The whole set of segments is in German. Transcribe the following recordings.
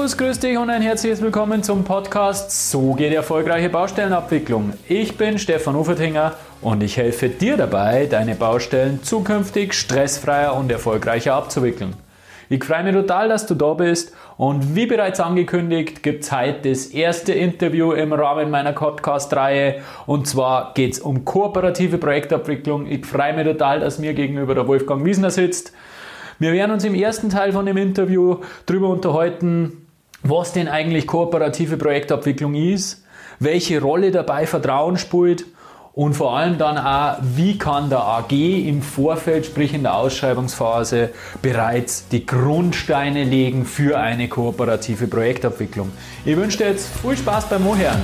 Servus, grüß dich und ein herzliches Willkommen zum Podcast So geht erfolgreiche Baustellenabwicklung. Ich bin Stefan Ufertinger und ich helfe dir dabei, deine Baustellen zukünftig stressfreier und erfolgreicher abzuwickeln. Ich freue mich total, dass du da bist und wie bereits angekündigt, gibt es heute das erste Interview im Rahmen meiner Podcast-Reihe und zwar geht es um kooperative Projektabwicklung. Ich freue mich total, dass mir gegenüber der Wolfgang Wiesner sitzt. Wir werden uns im ersten Teil von dem Interview darüber unterhalten, was denn eigentlich kooperative Projektabwicklung ist, welche Rolle dabei Vertrauen spielt und vor allem dann auch, wie kann der AG im Vorfeld, sprich in der Ausschreibungsphase, bereits die Grundsteine legen für eine kooperative Projektabwicklung. Ich wünsche dir jetzt viel Spaß beim Anhören.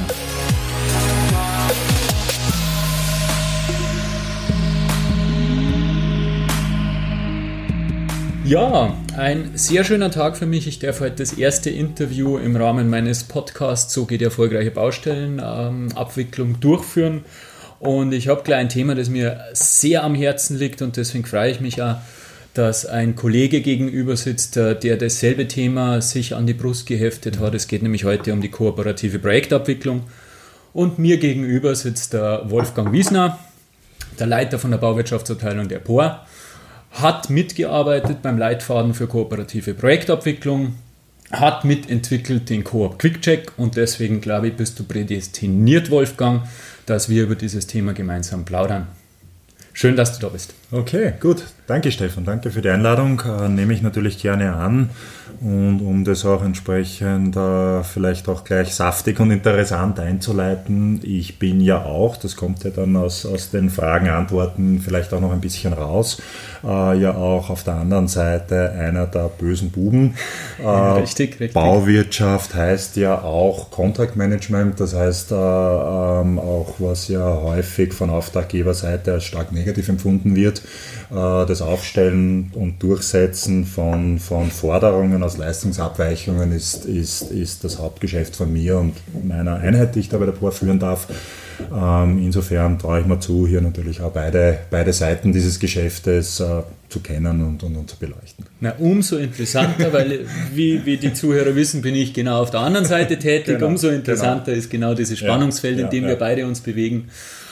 Ja, ein sehr schöner Tag für mich. Ich darf heute das erste Interview im Rahmen meines Podcasts So geht die erfolgreiche Baustellenabwicklung durchführen. Und ich habe gleich ein Thema, das mir sehr am Herzen liegt und deswegen freue ich mich auch, dass ein Kollege gegenüber sitzt, der dasselbe Thema sich an die Brust geheftet hat. Es geht nämlich heute um die kooperative Projektabwicklung. Und mir gegenüber sitzt der Wolfgang Wiesner, der Leiter von der Bauwirtschaftsabteilung der POR. Hat mitgearbeitet beim Leitfaden für kooperative Projektabwicklung, hat mitentwickelt den Coop Quick-Check und deswegen, glaube ich, bist du prädestiniert, Wolfgang, dass wir über dieses Thema gemeinsam plaudern. Schön, dass du da bist. Okay, gut. Danke, Stefan. Danke für die Einladung. Nehme ich natürlich gerne an. Und um das auch entsprechend vielleicht auch gleich saftig und interessant einzuleiten, ich bin ja auch, das kommt ja dann aus den Fragen, Antworten vielleicht auch noch ein bisschen raus, ja auch auf der anderen Seite einer der bösen Buben. Richtig. Bauwirtschaft heißt ja auch Contract Management, das heißt auch, was ja häufig von Auftraggeberseite als stark negativ empfunden wird, das Aufstellen und Durchsetzen von Forderungen aus Leistungsabweichungen ist das Hauptgeschäft von mir und meiner Einheit, die ich da bei der POR führen darf. Insofern traue ich mir zu, hier natürlich auch beide Seiten dieses Geschäftes zu kennen und zu beleuchten. Na, umso interessanter, weil wie die Zuhörer wissen, bin ich genau auf der anderen Seite tätig. Genau, umso interessanter ist genau dieses Spannungsfeld, in dem wir beide uns bewegen.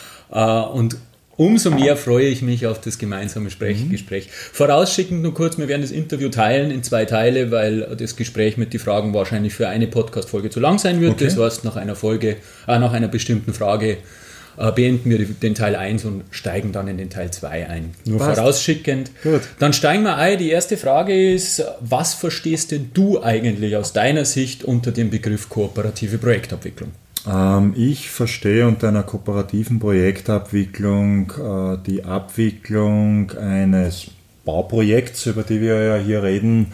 Und umso mehr freue ich mich auf das gemeinsame Gespräch. Vorausschickend nur kurz, wir werden das Interview teilen in 2 Teile, weil das Gespräch mit den Fragen wahrscheinlich für eine Podcast-Folge zu lang sein wird. Okay. Das heißt, nach einer bestimmten Frage beenden wir den Teil 1 und steigen dann in den Teil 2 ein. Nur vorausschickend. Gut. Dann steigen wir ein. Die erste Frage ist, was verstehst denn du eigentlich aus deiner Sicht unter dem Begriff kooperative Projektabwicklung? Ich verstehe unter einer kooperativen Projektabwicklung die Abwicklung eines Bauprojekts, über die wir ja hier reden,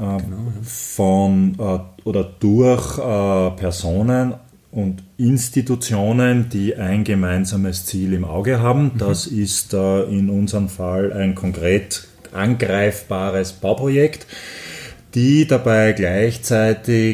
von oder durch Personen und Institutionen, die ein gemeinsames Ziel im Auge haben. Das ist in unserem Fall ein konkret angreifbares Bauprojekt, die dabei gleichzeitig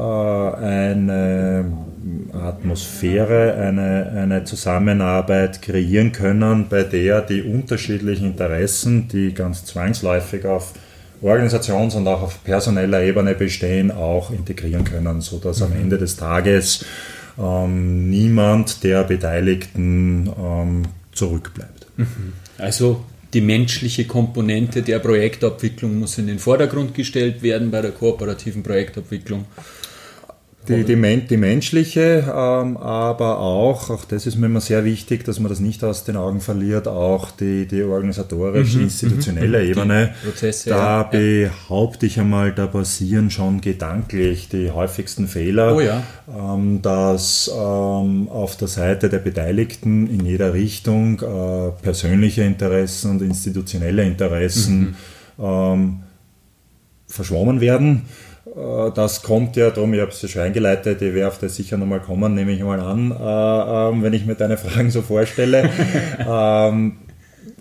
eine Atmosphäre, eine Zusammenarbeit kreieren können, bei der die unterschiedlichen Interessen, die ganz zwangsläufig auf Organisations- und auch auf personeller Ebene bestehen, auch integrieren können, sodass am Ende des Tages niemand der Beteiligten zurückbleibt. Also die menschliche Komponente der Projektabwicklung muss in den Vordergrund gestellt werden bei der kooperativen Projektabwicklung. Die menschliche, aber auch das ist mir immer sehr wichtig, dass man das nicht aus den Augen verliert, auch die organisatorisch-institutionelle Ebene. Prozesse, da behaupte ich einmal, da passieren schon gedanklich die häufigsten Fehler, dass auf der Seite der Beteiligten in jeder Richtung persönliche Interessen und institutionelle Interessen verschwommen werden. Das kommt ja darum, ich habe es ja schon eingeleitet, ich werde auf das sicher nochmal kommen, nehme ich mal an, wenn ich mir deine Fragen so vorstelle.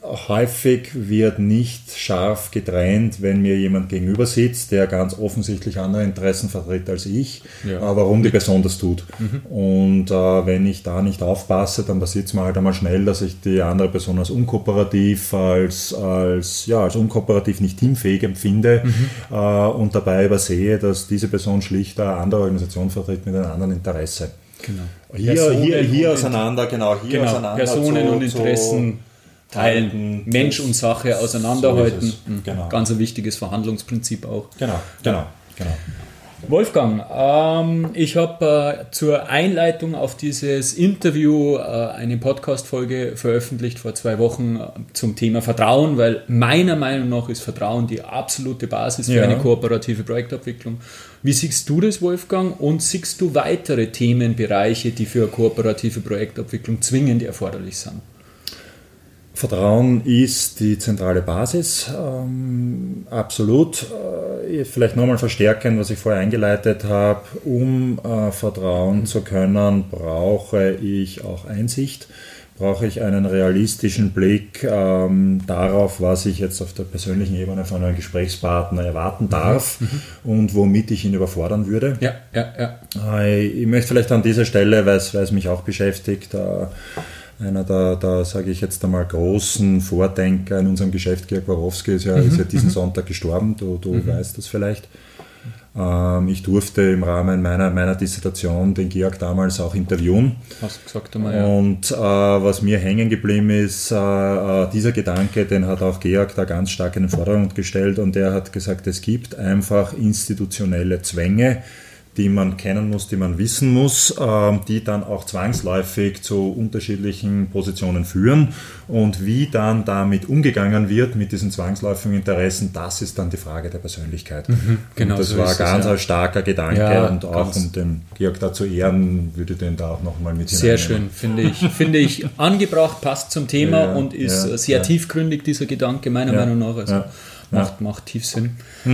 häufig wird nicht scharf getrennt, wenn mir jemand gegenüber sitzt, der ganz offensichtlich andere Interessen vertritt als ich, warum die Person das tut. Und wenn ich da nicht aufpasse, dann passiert es mir halt einmal schnell, dass ich die andere Person als unkooperativ, als unkooperativ, nicht teamfähig empfinde und dabei übersehe, dass diese Person schlicht eine andere Organisation vertritt mit einem anderen Interesse. Genau. Hier auseinander, auseinander. Personen und Interessen teilen, Mensch und Sache auseinanderhalten. So genau. Ganz ein wichtiges Verhandlungsprinzip auch. Genau. Wolfgang, ich habe zur Einleitung auf dieses Interview eine Podcast-Folge veröffentlicht vor 2 Wochen zum Thema Vertrauen, weil meiner Meinung nach ist Vertrauen die absolute Basis für eine kooperative Projektabwicklung. Wie siehst du das, Wolfgang, und siehst du weitere Themenbereiche, die für eine kooperative Projektabwicklung zwingend erforderlich sind? Vertrauen ist die zentrale Basis, absolut. Vielleicht nochmal verstärken, was ich vorher eingeleitet habe. Um vertrauen zu können, brauche ich auch Einsicht, brauche ich einen realistischen Blick darauf, was ich jetzt auf der persönlichen Ebene von einem Gesprächspartner erwarten darf und womit ich ihn überfordern würde. Ich möchte vielleicht an dieser Stelle, weil es mich auch beschäftigt, einer der sage ich jetzt einmal, großen Vordenker in unserem Geschäft, Georg Warowski, ist ja diesen Sonntag gestorben, du weißt das vielleicht. Ich durfte im Rahmen meiner Dissertation den Georg damals auch interviewen. Hast du gesagt einmal, ja. Und was mir hängen geblieben ist, dieser Gedanke, den hat auch Georg da ganz stark in den Vordergrund gestellt, und er hat gesagt, es gibt einfach institutionelle Zwänge, die man kennen muss, die man wissen muss, die dann auch zwangsläufig zu unterschiedlichen Positionen führen, und wie dann damit umgegangen wird mit diesen zwangsläufigen Interessen, das ist dann die Frage der Persönlichkeit. Genau, und das so war ganz ein starker Gedanke, und auch um den Georg da zu ehren, würde ich den da auch nochmal mit hineinnehmen. Sehr schön, finde ich angebracht, passt zum Thema und ist sehr tiefgründig, dieser Gedanke, meiner Meinung nach, also macht tief Sinn.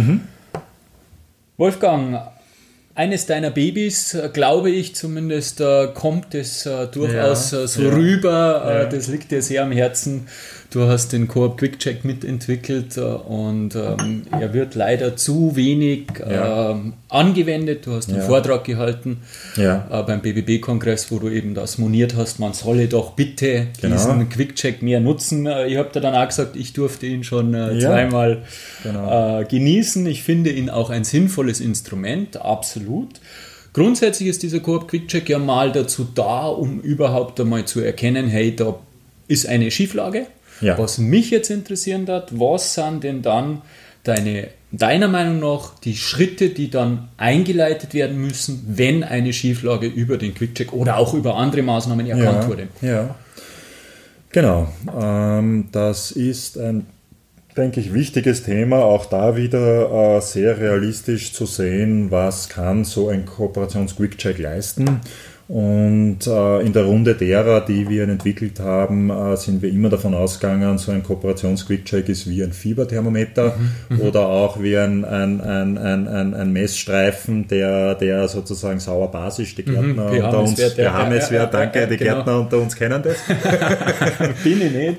Wolfgang, eines deiner Babys, glaube ich zumindest, kommt es durchaus rüber. Das liegt dir sehr am Herzen. Du hast den Coop Quick Check mitentwickelt und er wird leider zu wenig angewendet. Du hast einen Vortrag gehalten beim BBB-Kongress, wo du eben das moniert hast, man solle doch bitte diesen Quick Check mehr nutzen. Ich habe dir dann auch gesagt, ich durfte ihn schon zweimal genießen. Ich finde ihn auch ein sinnvolles Instrument, absolut. Grundsätzlich ist dieser Coop Quick Check ja mal dazu da, um überhaupt einmal zu erkennen, hey, da ist eine Schieflage. Was mich jetzt interessieren hat, was sind denn dann deiner Meinung nach die Schritte, die dann eingeleitet werden müssen, wenn eine Schieflage über den Quick-Check oder auch über andere Maßnahmen erkannt wurde? Genau. Das ist ein, denke ich, wichtiges Thema, auch da wieder sehr realistisch zu sehen, was kann so ein Kooperations-Quick-Check leisten. Und in der Runde derer, die wir entwickelt haben, sind wir immer davon ausgegangen, so ein Kooperations-Quick-Check ist wie ein Fieberthermometer oder auch wie ein Messstreifen, der sozusagen sauer basisch, die Gärtner unter uns, Gärtner unter uns kennen das. Bin ich nicht.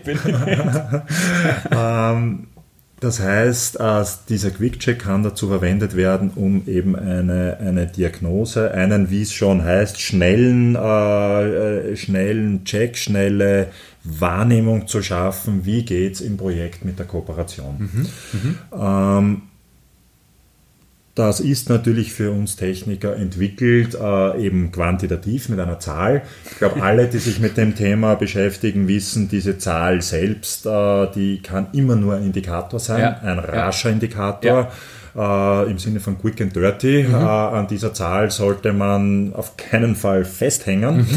Das heißt, dieser Quick-Check kann dazu verwendet werden, um eben eine Diagnose, wie es schon heißt, schnellen Check, schnelle Wahrnehmung zu schaffen, wie geht es im Projekt mit der Kooperation. Das ist natürlich für uns Techniker entwickelt, eben quantitativ mit einer Zahl. Ich glaube, alle, die sich mit dem Thema beschäftigen, wissen, diese Zahl selbst, die kann immer nur ein Indikator sein, ein rascher Indikator. Im Sinne von quick and dirty. An dieser Zahl sollte man auf keinen Fall festhängen.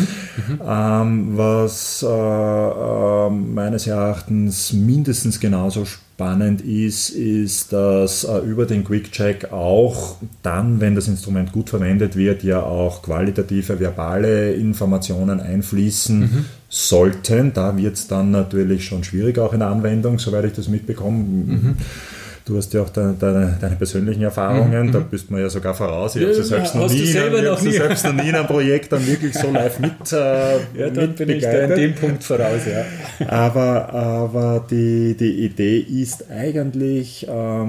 Was meines Erachtens mindestens genauso spannend ist, dass über den Quick Check auch dann, wenn das Instrument gut verwendet wird, ja auch qualitative, verbale Informationen einfließen sollten. Da wird es dann natürlich schon schwierig, auch in der Anwendung, soweit ich das mitbekomme. Du hast ja auch deine persönlichen Erfahrungen, da bist man ja sogar voraus. Ich habe sie selbst noch nie in einem Projekt dann wirklich so live mit dann bin ich da in dem Punkt voraus, ja. Aber die Idee ist eigentlich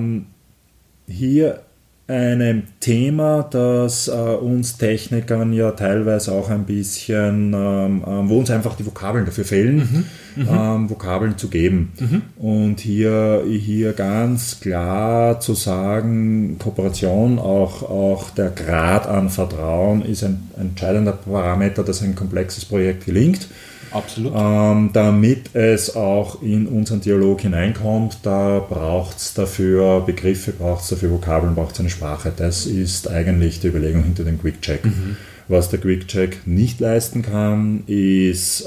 hier einem Thema, das uns Technikern ja teilweise auch ein bisschen, wo uns einfach die Vokabeln dafür fehlen, Vokabeln zu geben. Und hier ganz klar zu sagen, Kooperation, auch der Grad an Vertrauen ist ein entscheidender Parameter, dass ein komplexes Projekt gelingt. Absolut. Damit es auch in unseren Dialog hineinkommt, da braucht es dafür Begriffe, braucht es dafür Vokabeln, braucht es eine Sprache. Das ist eigentlich die Überlegung hinter dem Quick Check. Was der Quick Check nicht leisten kann, ist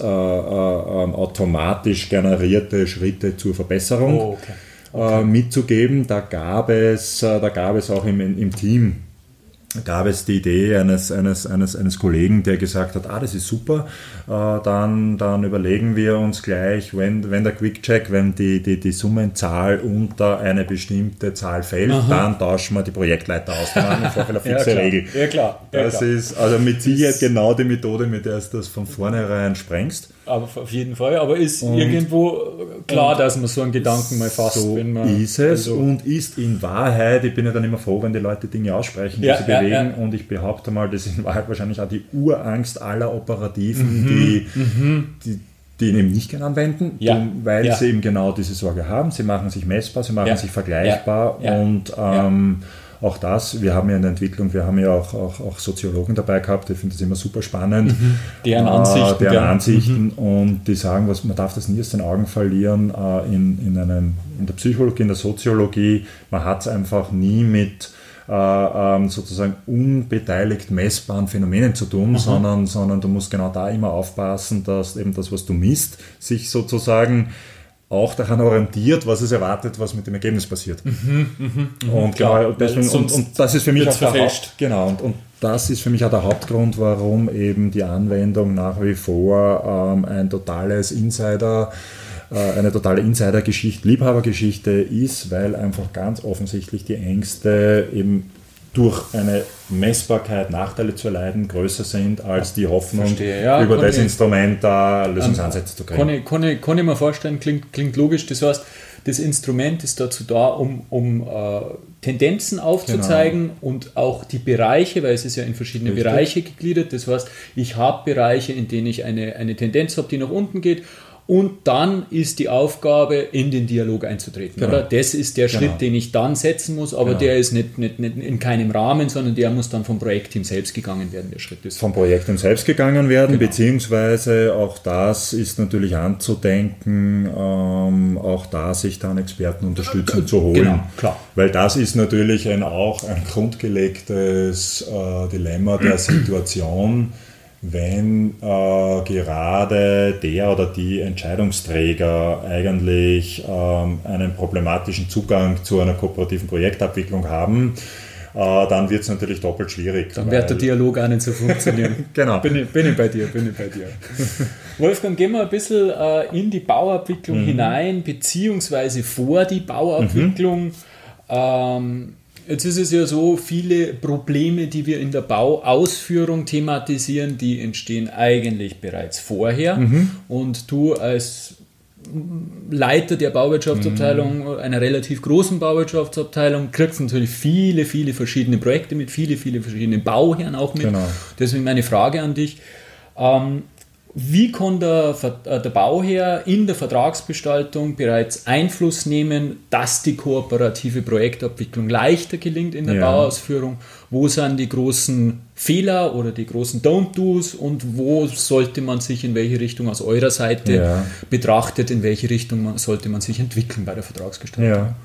automatisch generierte Schritte zur Verbesserung mitzugeben. Da gab es auch im Team die Idee eines Kollegen, der gesagt hat, das ist super, dann überlegen wir uns gleich, wenn der Quick-Check, wenn die Summenzahl unter eine bestimmte Zahl fällt, dann tauschen wir die Projektleiter aus. Dann haben wir vorher eine fixe Regel. Ja, klar. Das ist also mit Sicherheit genau die Methode, mit der du das von vornherein sprengst. Aber auf jeden Fall, aber ist irgendwo klar, dass man so einen Gedanken mal fasst. So ist es und ist in Wahrheit, ich bin ja dann immer froh, wenn die Leute Dinge aussprechen, die sie bewegen und ich behaupte mal, das ist in Wahrheit wahrscheinlich auch die Urangst aller Operativen, die eben nicht gerne anwenden, weil sie eben genau diese Sorge haben. Sie machen sich messbar, sie machen sich vergleichbar und auch das, wir haben ja in der Entwicklung, wir haben ja auch Soziologen dabei gehabt, ich finde das immer super spannend. Deren Ansichten. Und die sagen, man darf das nie aus den Augen verlieren in der Psychologie, in der Soziologie. Man hat es einfach nie mit sozusagen unbeteiligt messbaren Phänomenen zu tun, sondern du musst genau da immer aufpassen, dass eben das, was du misst, sich sozusagen auch daran orientiert, was es erwartet, was mit dem Ergebnis passiert. Und das ist für mich auch das ist für mich auch der Hauptgrund, warum eben die Anwendung nach wie vor eine totale Insider-Geschichte, Liebhabergeschichte ist, weil einfach ganz offensichtlich die Ängste eben durch eine Messbarkeit, Nachteile zu erleiden, größer sind als die Hoffnung, über das Instrument da Lösungsansätze zu kriegen. Kann ich mir vorstellen, klingt logisch. Das heißt, das Instrument ist dazu da, um Tendenzen aufzuzeigen und auch die Bereiche, weil es ist ja in verschiedene Bereiche gegliedert. Das heißt, ich habe Bereiche, in denen ich eine Tendenz habe, die nach unten geht. Und dann ist die Aufgabe, in den Dialog einzutreten. Oder? Das ist der Schritt, den ich dann setzen muss, aber der ist nicht in keinem Rahmen, sondern der muss dann vom Projektteam selbst gegangen werden, der Schritt ist. Vom Projektteam selbst gegangen werden, beziehungsweise auch das ist natürlich anzudenken, auch da sich dann Expertenunterstützung zu holen. Genau, klar. Weil das ist natürlich auch ein grundgelegtes Dilemma der Situation, wenn gerade der oder die Entscheidungsträger eigentlich einen problematischen Zugang zu einer kooperativen Projektabwicklung haben, dann wird es natürlich doppelt schwierig. Dann wird der Dialog auch nicht so funktionieren. Genau. Bin ich bei dir. Wolfgang, gehen wir ein bisschen in die Bauabwicklung hinein, beziehungsweise vor die Bauabwicklung. Jetzt ist es ja so, viele Probleme, die wir in der Bauausführung thematisieren, die entstehen eigentlich bereits vorher. Und du als Leiter der Bauwirtschaftsabteilung, einer relativ großen Bauwirtschaftsabteilung, kriegst natürlich viele, viele verschiedene Projekte mit, viele, viele verschiedene Bauherren auch mit. Genau. Deswegen meine Frage an dich. Wie kann der Bauherr in der Vertragsgestaltung bereits Einfluss nehmen, dass die kooperative Projektabwicklung leichter gelingt in der Bauausführung? Wo sind die großen Fehler oder die großen Don't-Dos und wo sollte man sich in welche Richtung aus eurer Seite betrachtet, in welche Richtung sollte man sich entwickeln bei der Vertragsgestaltung?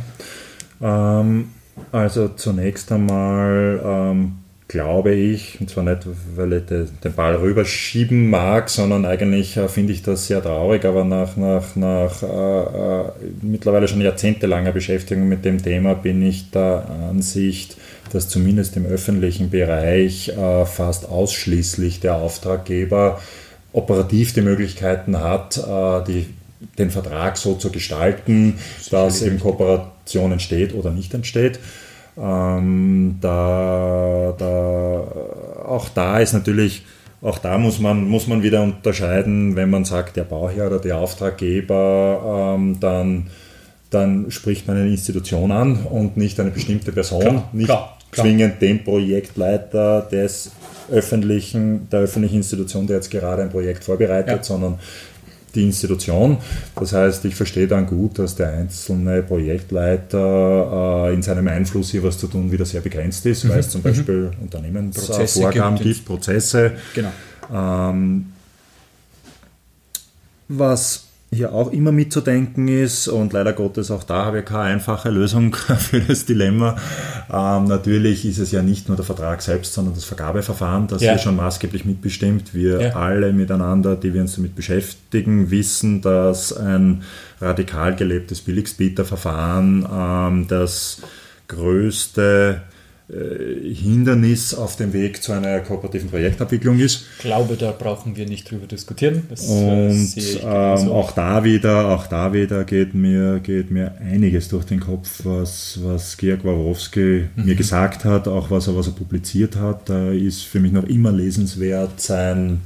Also zunächst einmal glaube ich, und zwar nicht, weil ich den Ball rüberschieben mag, sondern eigentlich finde ich das sehr traurig, aber nach mittlerweile schon jahrzehntelanger Beschäftigung mit dem Thema bin ich der Ansicht, dass zumindest im öffentlichen Bereich fast ausschließlich der Auftraggeber operativ die Möglichkeiten hat, die den Vertrag so zu gestalten, dass eben Kooperation entsteht oder nicht entsteht. Auch da ist natürlich, auch da muss man wieder unterscheiden, wenn man sagt, der Bauherr oder der Auftraggeber, dann spricht man eine Institution an und nicht eine bestimmte Person, klar. Zwingend den Projektleiter der öffentlichen Institution, der jetzt gerade ein Projekt vorbereitet, sondern die Institution. Das heißt, ich verstehe dann gut, dass der einzelne Projektleiter in seinem Einfluss hier was zu tun wieder sehr begrenzt ist, weil es zum Beispiel Unternehmensvorgaben gibt, Prozesse. Genau. Was hier auch immer mitzudenken ist, und leider Gottes auch da habe ich keine einfache Lösung für das Dilemma. Natürlich ist es ja nicht nur der Vertrag selbst, sondern das Vergabeverfahren, das hier schon maßgeblich mitbestimmt. Wir alle miteinander, die wir uns damit beschäftigen, wissen, dass ein radikal gelebtes Billigspieterverfahren das größte Hindernis auf dem Weg zu einer kooperativen Projektabwicklung ist. Ich glaube, da brauchen wir nicht drüber diskutieren. Das und auch da wieder geht mir einiges durch den Kopf, was Georg Wawrowski mir gesagt hat, auch was er publiziert hat. Da ist für mich noch immer lesenswert seine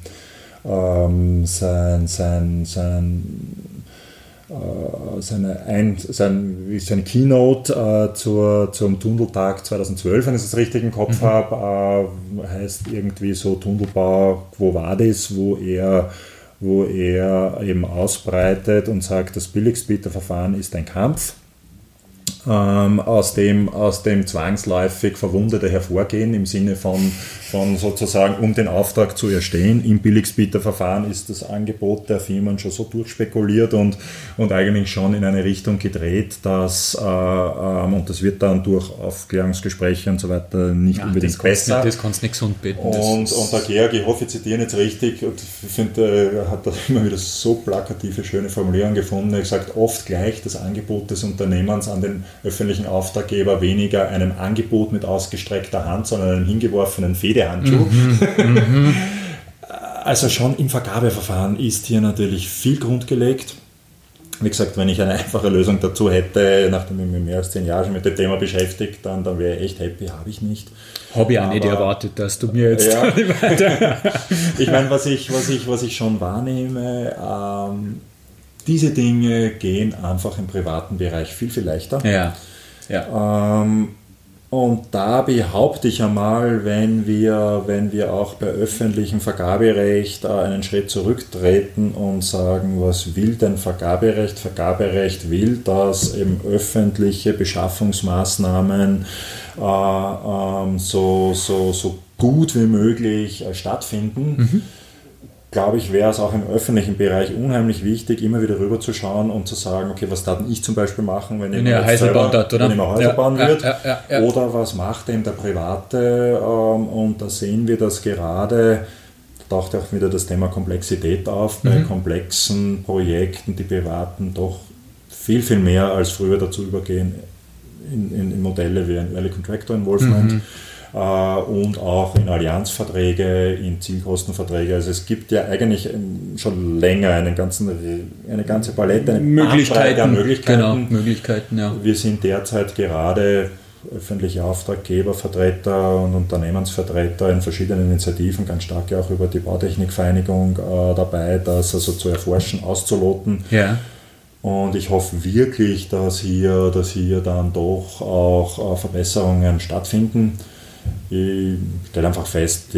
Keynote zum Tunneltag 2012, wenn ich es richtig im Kopf habe, heißt irgendwie so Tunnelbau Quo Vadis, wo er eben ausbreitet und sagt, das Billigspieterverfahren ist ein Kampf, aus dem zwangsläufig Verwundete hervorgehen, im Sinne von sozusagen, um den Auftrag zu erstehen. Im Billigspieterverfahren ist das Angebot der Firmen schon so durchspekuliert und eigentlich schon in eine Richtung gedreht, dass, und das wird dann durch Aufklärungsgespräche und so weiter nicht unbedingt besser. Das kannst du nicht gesund beten. Und der Georg, ich hoffe, ich zitiere jetzt richtig, und ich finde, er hat da immer wieder so plakative, schöne Formulierungen gefunden. Er hat gesagt, oft gleicht das Angebot des Unternehmens an den öffentlichen Auftraggeber weniger einem Angebot mit ausgestreckter Hand, sondern einem hingeworfenen Federhandschuh. Also schon im Vergabeverfahren ist hier natürlich viel Grund gelegt. Wie gesagt, wenn ich eine einfache Lösung dazu hätte, nachdem ich mich mehr als 10 Jahre schon mit dem Thema beschäftigt, dann wäre ich echt happy, habe ich nicht. Habe ich auch nicht erwartet, dass du mir jetzt weiter... Ich meine, was ich schon wahrnehme, diese Dinge gehen einfach im privaten Bereich viel, viel leichter. Und da behaupte ich einmal, wenn wir auch bei öffentlichem Vergaberecht einen Schritt zurücktreten und sagen, was will denn Vergaberecht? Vergaberecht will, dass eben öffentliche Beschaffungsmaßnahmen so gut wie möglich stattfinden. Glaube ich, wäre es auch im öffentlichen Bereich unheimlich wichtig, immer wieder rüber zu schauen und zu sagen, okay, was darf ich zum Beispiel machen, wenn ich mir Häuser bauen würde, oder was macht eben der Private, und da sehen wir, dass gerade, da taucht auch wieder das Thema Komplexität auf, bei komplexen Projekten die Privaten doch viel, viel mehr als früher dazu übergehen in Modelle wie ein Early Contractor Involvement, und auch in Allianzverträge, in Zielkostenverträge. Also es gibt ja eigentlich schon länger eine ganze Palette, eine Möglichkeiten. Genau, Möglichkeiten, ja. Wir sind derzeit gerade öffentliche Auftraggebervertreter und Unternehmensvertreter in verschiedenen Initiativen, ganz stark ja auch über die Bautechnikvereinigung dabei, das also zu erforschen, auszuloten. Ja. Und ich hoffe wirklich, dass hier dann doch auch Verbesserungen stattfinden. Ich stelle einfach fest,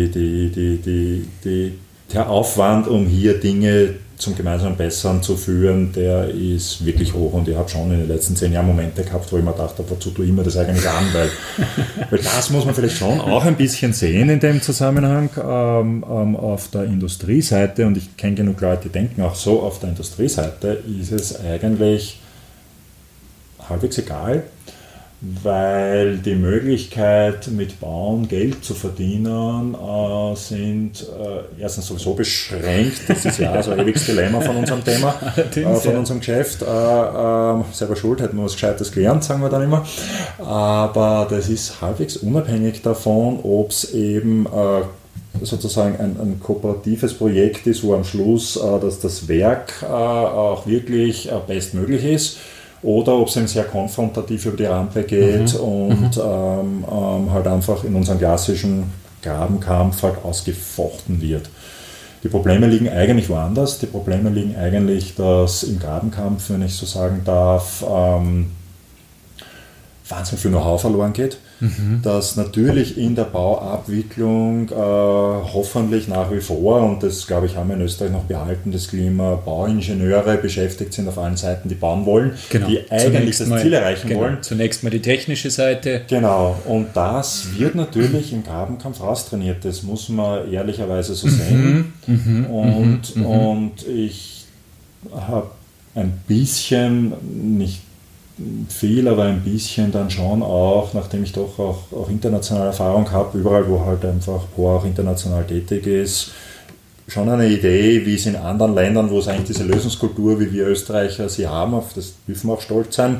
der Aufwand, um hier Dinge zum gemeinsamen Bessern zu führen, der ist wirklich hoch. Und ich habe schon in den letzten 10 Jahren Momente gehabt, wo ich mir dachte, wozu tue ich mir das eigentlich an? Weil das muss man vielleicht schon auch ein bisschen sehen in dem Zusammenhang. Auf der Industrieseite, und ich kenne genug Leute, die denken auch so, auf der Industrieseite ist es eigentlich halbwegs egal, weil die Möglichkeit, mit Bauen Geld zu verdienen, sind erstens sowieso beschränkt. Das ist ja so ein ewiges Dilemma von unserem Thema, von unserem Geschäft. Selber schuld, hätten wir was Gescheites gelernt, sagen wir dann immer. Aber das ist halbwegs unabhängig davon, ob es eben sozusagen ein kooperatives Projekt ist, wo am Schluss dass das Werk auch wirklich bestmöglich ist, oder ob es eben sehr konfrontativ über die Rampe geht und halt einfach in unserem klassischen Grabenkampf halt ausgefochten wird. Die Probleme liegen eigentlich woanders. Die Probleme liegen eigentlich, dass im Grabenkampf, wenn ich so sagen darf, wahnsinnig viel Know-how verloren geht, dass natürlich in der Bauabwicklung hoffentlich nach wie vor, und das glaube ich haben wir in Österreich noch behalten, das Klima, Bauingenieure beschäftigt sind auf allen Seiten, die bauen wollen, die eigentlich das Ziel erreichen wollen. Zunächst mal die technische Seite. Genau, und das wird natürlich im Grabenkampf raustrainiert, das muss man ehrlicherweise so sehen. Und ich habe ein bisschen, nicht viel, aber ein bisschen dann schon auch, nachdem ich doch auch internationale Erfahrung habe, überall wo halt einfach Pro auch international tätig ist, schon eine Idee, wie es in anderen Ländern, wo es eigentlich diese Lösungskultur, wie wir Österreicher sie haben, auf das dürfen wir auch stolz sein,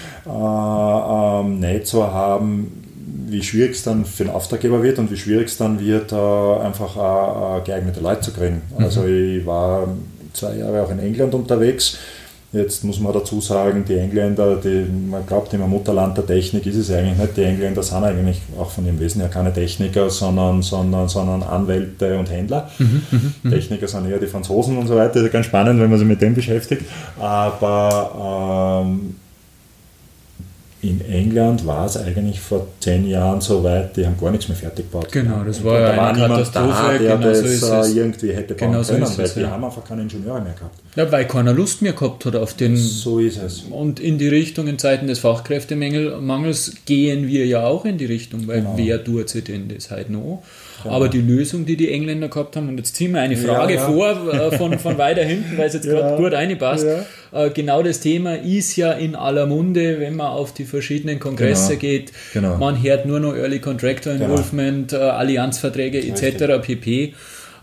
nicht so haben, wie schwierig es dann für den Auftraggeber wird und wie schwierig es dann wird, einfach geeignete Leute zu kriegen. Also ich war 2 Jahre auch in England unterwegs. Jetzt muss man dazu sagen, die Engländer, man glaubt immer Mutterland der Technik ist es eigentlich nicht. Die Engländer sind eigentlich auch von ihrem Wesen her keine Techniker, sondern Anwälte und Händler. Techniker sind eher die Franzosen und so weiter. Das ist ganz spannend, wenn man sich mit dem beschäftigt. Aber in England war es eigentlich vor 10 Jahren so weit, die haben gar nichts mehr fertig gebaut. Genau, das war ja eine Katastrophe. Der das irgendwie hätte bauen können, weil die haben einfach keine Ingenieure mehr gehabt. Ja, weil keiner Lust mehr gehabt hat auf den... So ist es. Und in die Richtung, in Zeiten des Fachkräftemangels, gehen wir ja auch in die Richtung, weil wer tut sich denn das halt noch? Genau. Aber die Lösung, die Engländer gehabt haben, und jetzt ziehen wir eine Frage vor von weiter hinten, weil es jetzt gerade gut reinpasst. Ja. Genau das Thema ist ja in aller Munde, wenn man auf die verschiedenen Kongresse geht. Genau. Man hört nur noch Early Contractor Involvement, Allianzverträge etc. pp.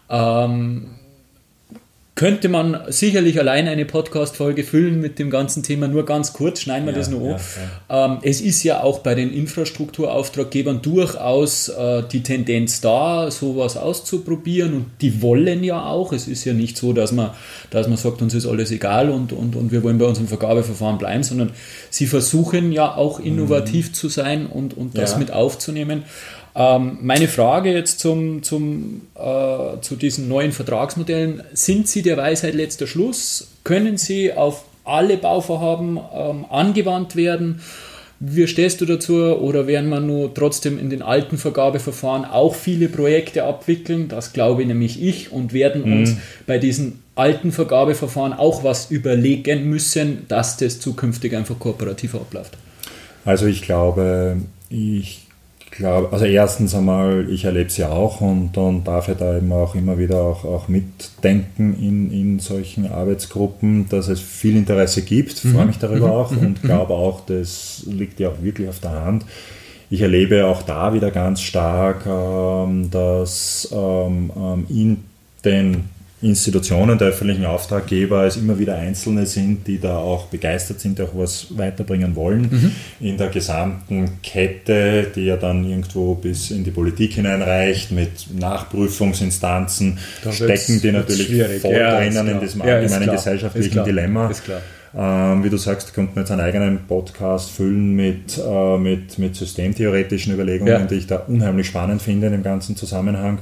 Könnte man sicherlich allein eine Podcast-Folge füllen mit dem ganzen Thema, nur ganz kurz, schneiden wir das noch an. Es ist ja auch bei den Infrastrukturauftraggebern durchaus die Tendenz da, sowas auszuprobieren, und die wollen ja auch. Es ist ja nicht so, dass man sagt, uns ist alles egal und wir wollen bei unserem Vergabeverfahren bleiben, sondern sie versuchen ja auch innovativ zu sein und das mit aufzunehmen. Meine Frage jetzt zu diesen neuen Vertragsmodellen: Sind sie der Weisheit letzter Schluss? Können sie auf alle Bauvorhaben angewandt werden? Wie stehst du dazu? Oder werden wir nur trotzdem in den alten Vergabeverfahren auch viele Projekte abwickeln? Das glaube nämlich ich, und werden uns bei diesen alten Vergabeverfahren auch was überlegen müssen, dass das zukünftig einfach kooperativer abläuft. Also ich glaube, also erstens einmal, ich erlebe es ja auch und darf ja da eben auch immer wieder auch mitdenken in solchen Arbeitsgruppen, dass es viel Interesse gibt, freue mich darüber auch und glaube auch, das liegt ja auch wirklich auf der Hand. Ich erlebe auch da wieder ganz stark, dass in den Institutionen der öffentlichen Auftraggeber es immer wieder Einzelne sind, die da auch begeistert sind, auch was weiterbringen wollen. In der gesamten Kette, die ja dann irgendwo bis in die Politik hineinreicht, mit Nachprüfungsinstanzen, stecken die natürlich voll drinnen in diesem allgemeinen gesellschaftlichen Dilemma. Ist klar. Wie du sagst, könnte man jetzt einen eigenen Podcast füllen mit systemtheoretischen Überlegungen, die ich da unheimlich spannend finde in dem ganzen Zusammenhang.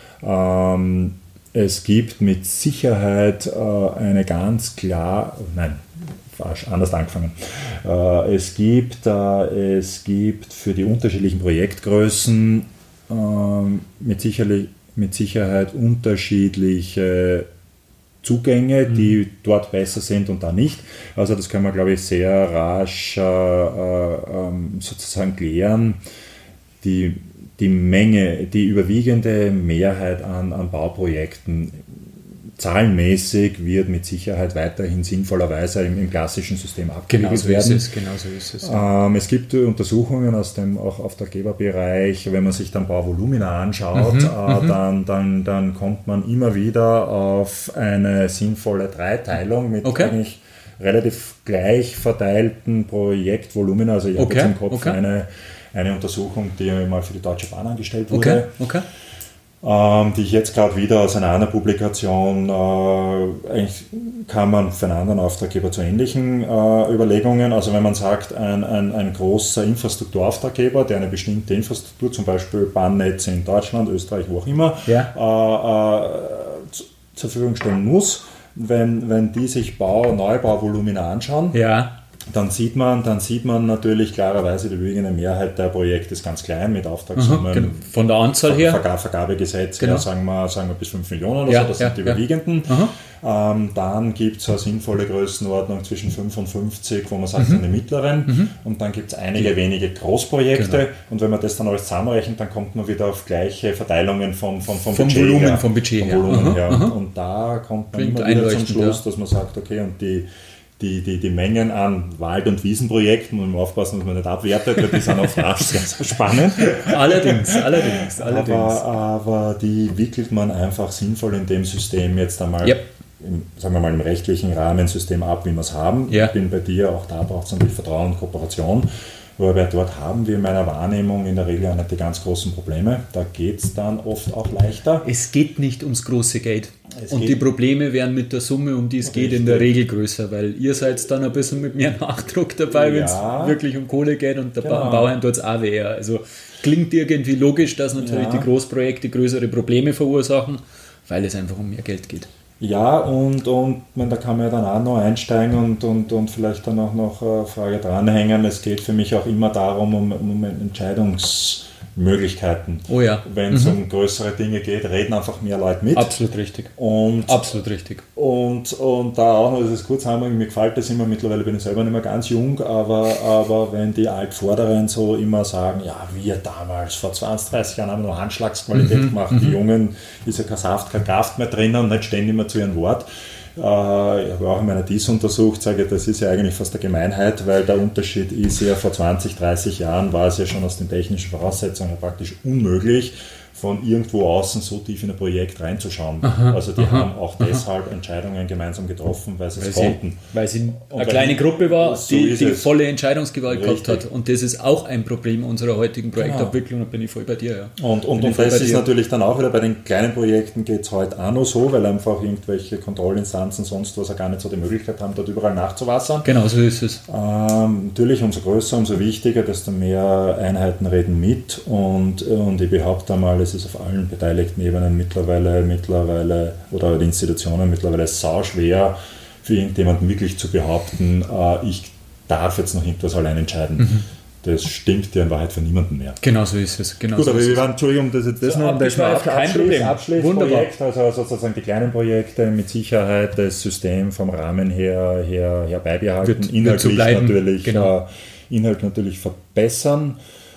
Es gibt mit Sicherheit eine ganz klar, anders angefangen. Es gibt für die unterschiedlichen Projektgrößen mit Sicherheit unterschiedliche Zugänge, die dort besser sind und da nicht. Also das können wir, glaube ich, sehr rasch sozusagen klären. Die überwiegende Mehrheit an Bauprojekten zahlenmäßig wird mit Sicherheit weiterhin sinnvollerweise im klassischen System abgewickelt werden. Genau so ist es. Es gibt Untersuchungen aus dem auch Auftraggeberbereich, wenn man sich dann Bauvolumina anschaut, dann kommt man immer wieder auf eine sinnvolle Dreiteilung mit eigentlich relativ gleich verteilten Projektvolumina. Also ich habe jetzt im Kopf eine Untersuchung, die mal für die Deutsche Bahn angestellt wurde. die ich jetzt gerade wieder aus einer anderen Publikation, eigentlich kann man für einen anderen Auftraggeber zu ähnlichen Überlegungen, also wenn man sagt, ein großer Infrastrukturauftraggeber, der eine bestimmte Infrastruktur, zum Beispiel Bahnnetze in Deutschland, Österreich, wo auch immer, zur Verfügung stellen muss, wenn die sich Neubauvolumina anschauen, dann sieht man natürlich klarerweise, die überwiegende Mehrheit der Projekte ist ganz klein mit Auftragssummen. Genau. Von der Anzahl her? Vergabegesetz, genau. Sagen wir bis 5 Millionen oder so, das sind die überwiegenden. Dann gibt es eine sinnvolle Größenordnung zwischen 5 und 50, wo man sagt, eine mittleren. Und dann gibt es einige wenige Großprojekte. Genau. Und wenn man das dann alles zusammenrechnet, dann kommt man wieder auf gleiche Verteilungen vom Budget Volumen, her. vom Budget her. Und da kommt man immer wieder zum Schluss, dass man sagt, okay, und die Mengen an Wald- und Wiesenprojekten, muss man aufpassen, dass man nicht abwertet, weil die sind oft sehr, sehr spannend. Allerdings. Aber die wickelt man einfach sinnvoll in dem System jetzt einmal, sagen wir mal, im rechtlichen Rahmensystem ab, wie wir es haben. Ich bin bei dir, auch da braucht es natürlich Vertrauen und Kooperation. Wobei dort haben wir in meiner Wahrnehmung in der Regel auch nicht die ganz großen Probleme. Da geht es dann oft auch leichter. Es geht nicht ums große Geld. Und die Probleme wären mit der Summe, um die es geht, in der Regel größer, weil ihr seid dann ein bisschen mit mehr Nachdruck dabei, wenn es wirklich um Kohle geht und der Bauern tut es auch weh. Also klingt irgendwie logisch, dass natürlich die Großprojekte größere Probleme verursachen, weil es einfach um mehr Geld geht. Ja, und da kann man ja dann auch noch einsteigen und vielleicht dann auch noch eine Frage dranhängen. Es geht für mich auch immer darum, um Entscheidungsmöglichkeiten. Oh ja. Wenn es um größere Dinge geht, reden einfach mehr Leute mit. Absolut richtig. Absolut richtig. Und da auch noch, das ist kurz sagen, mir gefällt das immer, mittlerweile bin ich selber nicht mehr ganz jung, aber wenn die Altvorderen so immer sagen, ja, wir damals, vor 20, 30 Jahren haben wir noch Handschlagsqualität gemacht, die Jungen, ist ja kein Saft, kein Kraft mehr drinnen und nicht stehen immer zu ihrem Wort. Ich habe auch in meiner DIS untersucht, sage, das ist ja eigentlich fast eine Gemeinheit, weil der Unterschied ist ja, vor 20, 30 Jahren war es ja schon aus den technischen Voraussetzungen praktisch unmöglich, von irgendwo außen so tief in ein Projekt reinzuschauen. Also die haben auch deshalb Entscheidungen gemeinsam getroffen, weil sie es konnten. Weil sie eine kleine Gruppe war, die volle Entscheidungsgewalt gehabt hat. Und das ist auch ein Problem unserer heutigen Projektabwicklung, da bin ich voll bei dir. Ja. Und das ist natürlich dann auch wieder bei den kleinen Projekten geht es heute auch noch so, weil einfach irgendwelche Kontrollinstanzen sonst was auch gar nicht so die Möglichkeit haben, dort überall nachzuwassern. Genau, so ist es. Natürlich, umso größer, umso wichtiger, desto mehr Einheiten reden mit und ich behaupte einmal, es ist auf allen beteiligten Ebenen mittlerweile oder die Institutionen mittlerweile sauschwer für irgendjemanden wirklich zu behaupten, ich darf jetzt noch irgendwas allein entscheiden. Das stimmt ja in Wahrheit für niemanden mehr. Genau so ist es. Gut, aber wir waren, Entschuldigung, das noch kein Problem. Abschlussprojekt, also sozusagen die kleinen Projekte mit Sicherheit das System vom Rahmen her beibehalten, Inhalt natürlich verbessern.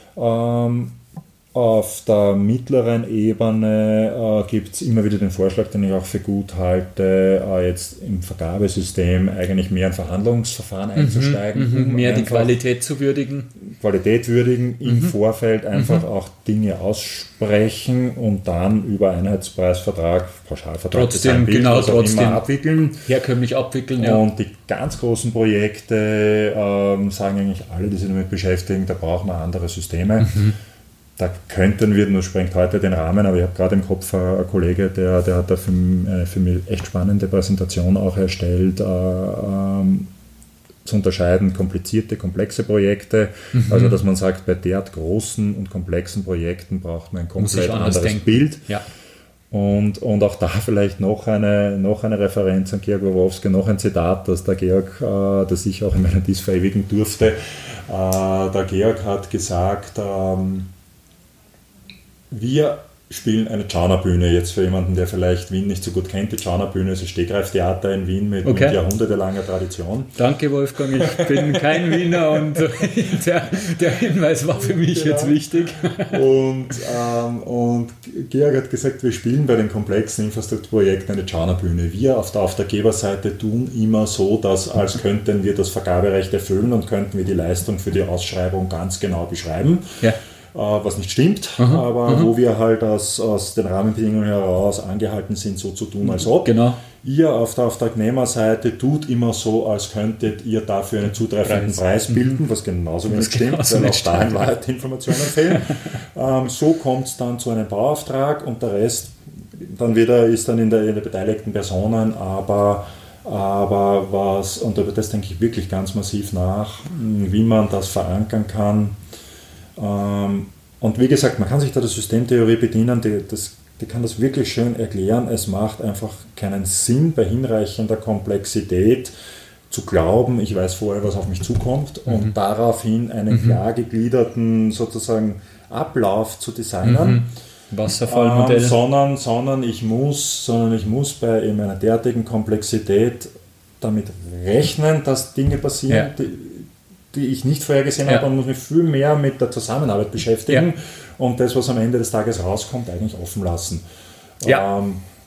Auf der mittleren Ebene gibt es immer wieder den Vorschlag, den ich auch für gut halte, jetzt im Vergabesystem eigentlich mehr in Verhandlungsverfahren einzusteigen. Mehr die Qualität zu würdigen. Im Vorfeld einfach auch Dinge aussprechen und dann über Einheitspreisvertrag, Pauschalvertrag, trotzdem abwickeln. Herkömmlich abwickeln, ja. Und die ganz großen Projekte sagen eigentlich alle, die sich damit beschäftigen, da brauchen wir andere Systeme. Da könnten wir, nur sprengt heute den Rahmen, aber ich habe gerade im Kopf einen Kollege, der hat da für mich echt spannende Präsentation auch erstellt, zu unterscheiden komplizierte, komplexe Projekte. Also dass man sagt, bei derart großen und komplexen Projekten braucht man ein komplett anderes Bild. Ja. Und auch da vielleicht noch eine Referenz an Georg Wawrowski, noch ein Zitat, das der Georg, das ich auch in meiner DIS verewigen durfte. Der Georg hat gesagt, wir spielen eine Tschauna-Bühne, jetzt für jemanden, der vielleicht Wien nicht so gut kennt. Die Tschauna-Bühne ist ein Stegreiftheater in Wien mit jahrhundertelanger Tradition. Danke, Wolfgang, ich bin kein Wiener und der Hinweis war für mich jetzt wichtig. Und Georg hat gesagt, wir spielen bei den komplexen Infrastrukturprojekten eine Tschauna-Bühne. Wir auf der Auftraggeberseite tun immer so, dass als könnten wir das Vergaberecht erfüllen und könnten wir die Leistung für die Ausschreibung ganz genau beschreiben. Ja. was nicht stimmt, aber wo wir halt aus den Rahmenbedingungen heraus angehalten sind, so zu tun, als ob. Genau. Ihr auf der Auftragnehmerseite tut immer so, als könntet ihr dafür einen zutreffenden Preis bilden, was genauso wenig stimmt, weil auch da in Wahrheit Informationen fehlen. So kommt es dann zu einem Bauauftrag und der Rest dann wieder ist dann in der beteiligten Personen, aber was, und über das denke ich wirklich ganz massiv nach, wie man das verankern kann. Und wie gesagt, man kann sich da der Systemtheorie bedienen, die kann das wirklich schön erklären. Es macht einfach keinen Sinn, bei hinreichender Komplexität zu glauben, ich weiß vorher, was auf mich zukommt und daraufhin einen klar gegliederten sozusagen Ablauf zu designen. Wasserfallmodell. Sondern ich muss bei eben einer derartigen Komplexität damit rechnen, dass Dinge passieren, die ich nicht vorhergesehen habe, und muss mich viel mehr mit der Zusammenarbeit beschäftigen und das, was am Ende des Tages rauskommt, eigentlich offen lassen. Ja.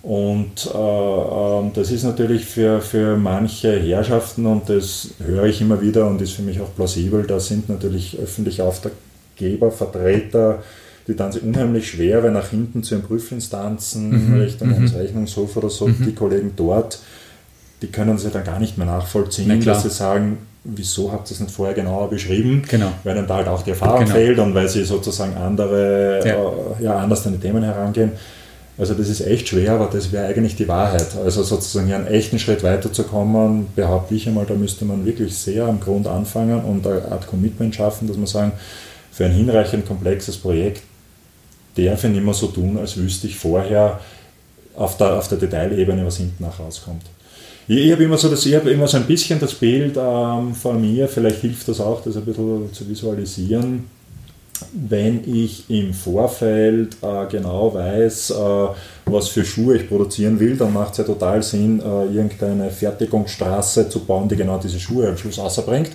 Das ist natürlich für manche Herrschaften, und das höre ich immer wieder und ist für mich auch plausibel, da sind natürlich öffentliche Auftraggeber, Vertreter, die dann sich unheimlich schwer, weil nach hinten zu den Prüfinstanzen, Richtung eines Rechnungshofs oder so, die Kollegen dort, die können sie dann gar nicht mehr nachvollziehen, dass sie sagen, wieso habt ihr es nicht vorher genauer beschrieben, weil dann da halt auch die Erfahrung fehlt und weil sie sozusagen anders an die Themen herangehen. Also das ist echt schwer, aber das wäre eigentlich die Wahrheit. Also sozusagen einen echten Schritt weiterzukommen, behaupte ich einmal, da müsste man wirklich sehr am Grund anfangen und eine Art Commitment schaffen, dass man sagen, für ein hinreichend komplexes Projekt darf ich nicht mehr so tun, als wüsste ich vorher auf der Detailebene, was hinten nach rauskommt. Ich habe immer so ein bisschen das Bild vor mir, vielleicht hilft das auch, das ein bisschen zu visualisieren, wenn ich im Vorfeld genau weiß, was für Schuhe ich produzieren will, dann macht es ja total Sinn, irgendeine Fertigungsstraße zu bauen, die genau diese Schuhe am Schluss rausbringt.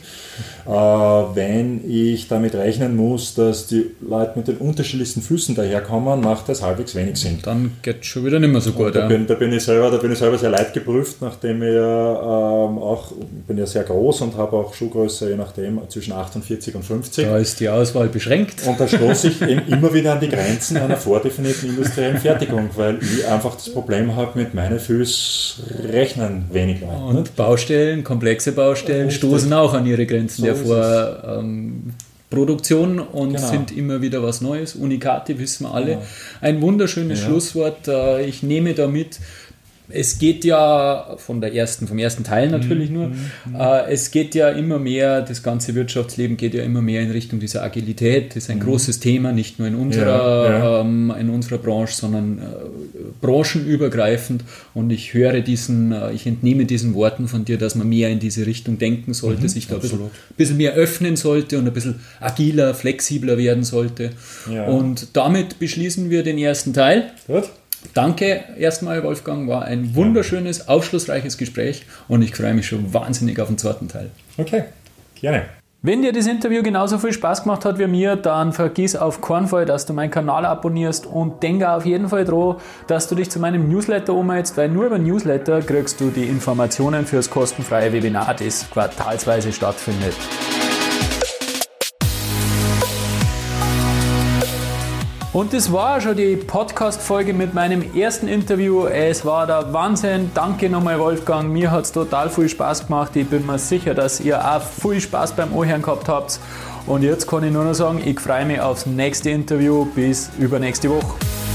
Wenn ich damit rechnen muss, dass die Leute mit den unterschiedlichsten Füßen daherkommen, macht das halbwegs wenig Sinn. Dann geht es schon wieder nicht mehr so gut. Da bin ich selber sehr leidgeprüft, nachdem ich bin ja sehr groß und habe auch Schuhgröße je nachdem zwischen 48 und 50. Da ist die Auswahl beschränkt. Und da stoße ich eben immer wieder an die Grenzen einer vordefinierten industriellen Fertigung, weil ich einfach das Problem habe, mit meinen Füßen rechnen wenig Leute. Und Baustellen, komplexe Baustellen, stoßen auch an ihre Grenzen der Produktion und sind immer wieder was Neues. Unikate wissen wir alle. Ein wunderschönes Schlusswort. Ich nehme damit, es geht ja vom ersten Teil natürlich nur, es geht ja immer mehr, das ganze Wirtschaftsleben geht ja immer mehr in Richtung dieser Agilität. Das ist ein großes Thema, nicht nur in unserer Branche, sondern branchenübergreifend. Und ich entnehme diesen Worten von dir, dass man mehr in diese Richtung denken sollte, sich da ein bisschen mehr öffnen sollte und ein bisschen agiler, flexibler werden sollte. Ja. Und damit beschließen wir den ersten Teil. Gut. Danke erstmal, Wolfgang, war ein wunderschönes, aufschlussreiches Gespräch und ich freue mich schon wahnsinnig auf den zweiten Teil. Okay, gerne. Wenn dir das Interview genauso viel Spaß gemacht hat wie mir, dann vergiss auf keinen Fall, dass du meinen Kanal abonnierst und denke auf jeden Fall daran, dass du dich zu meinem Newsletter umhältst, weil nur über Newsletter kriegst du die Informationen für das kostenfreie Webinar, das quartalsweise stattfindet. Und das war schon die Podcast-Folge mit meinem ersten Interview. Es war der Wahnsinn. Danke nochmal, Wolfgang. Mir hat es total viel Spaß gemacht. Ich bin mir sicher, dass ihr auch viel Spaß beim Anhören gehabt habt. Und jetzt kann ich nur noch sagen, ich freue mich aufs nächste Interview. Bis übernächste Woche.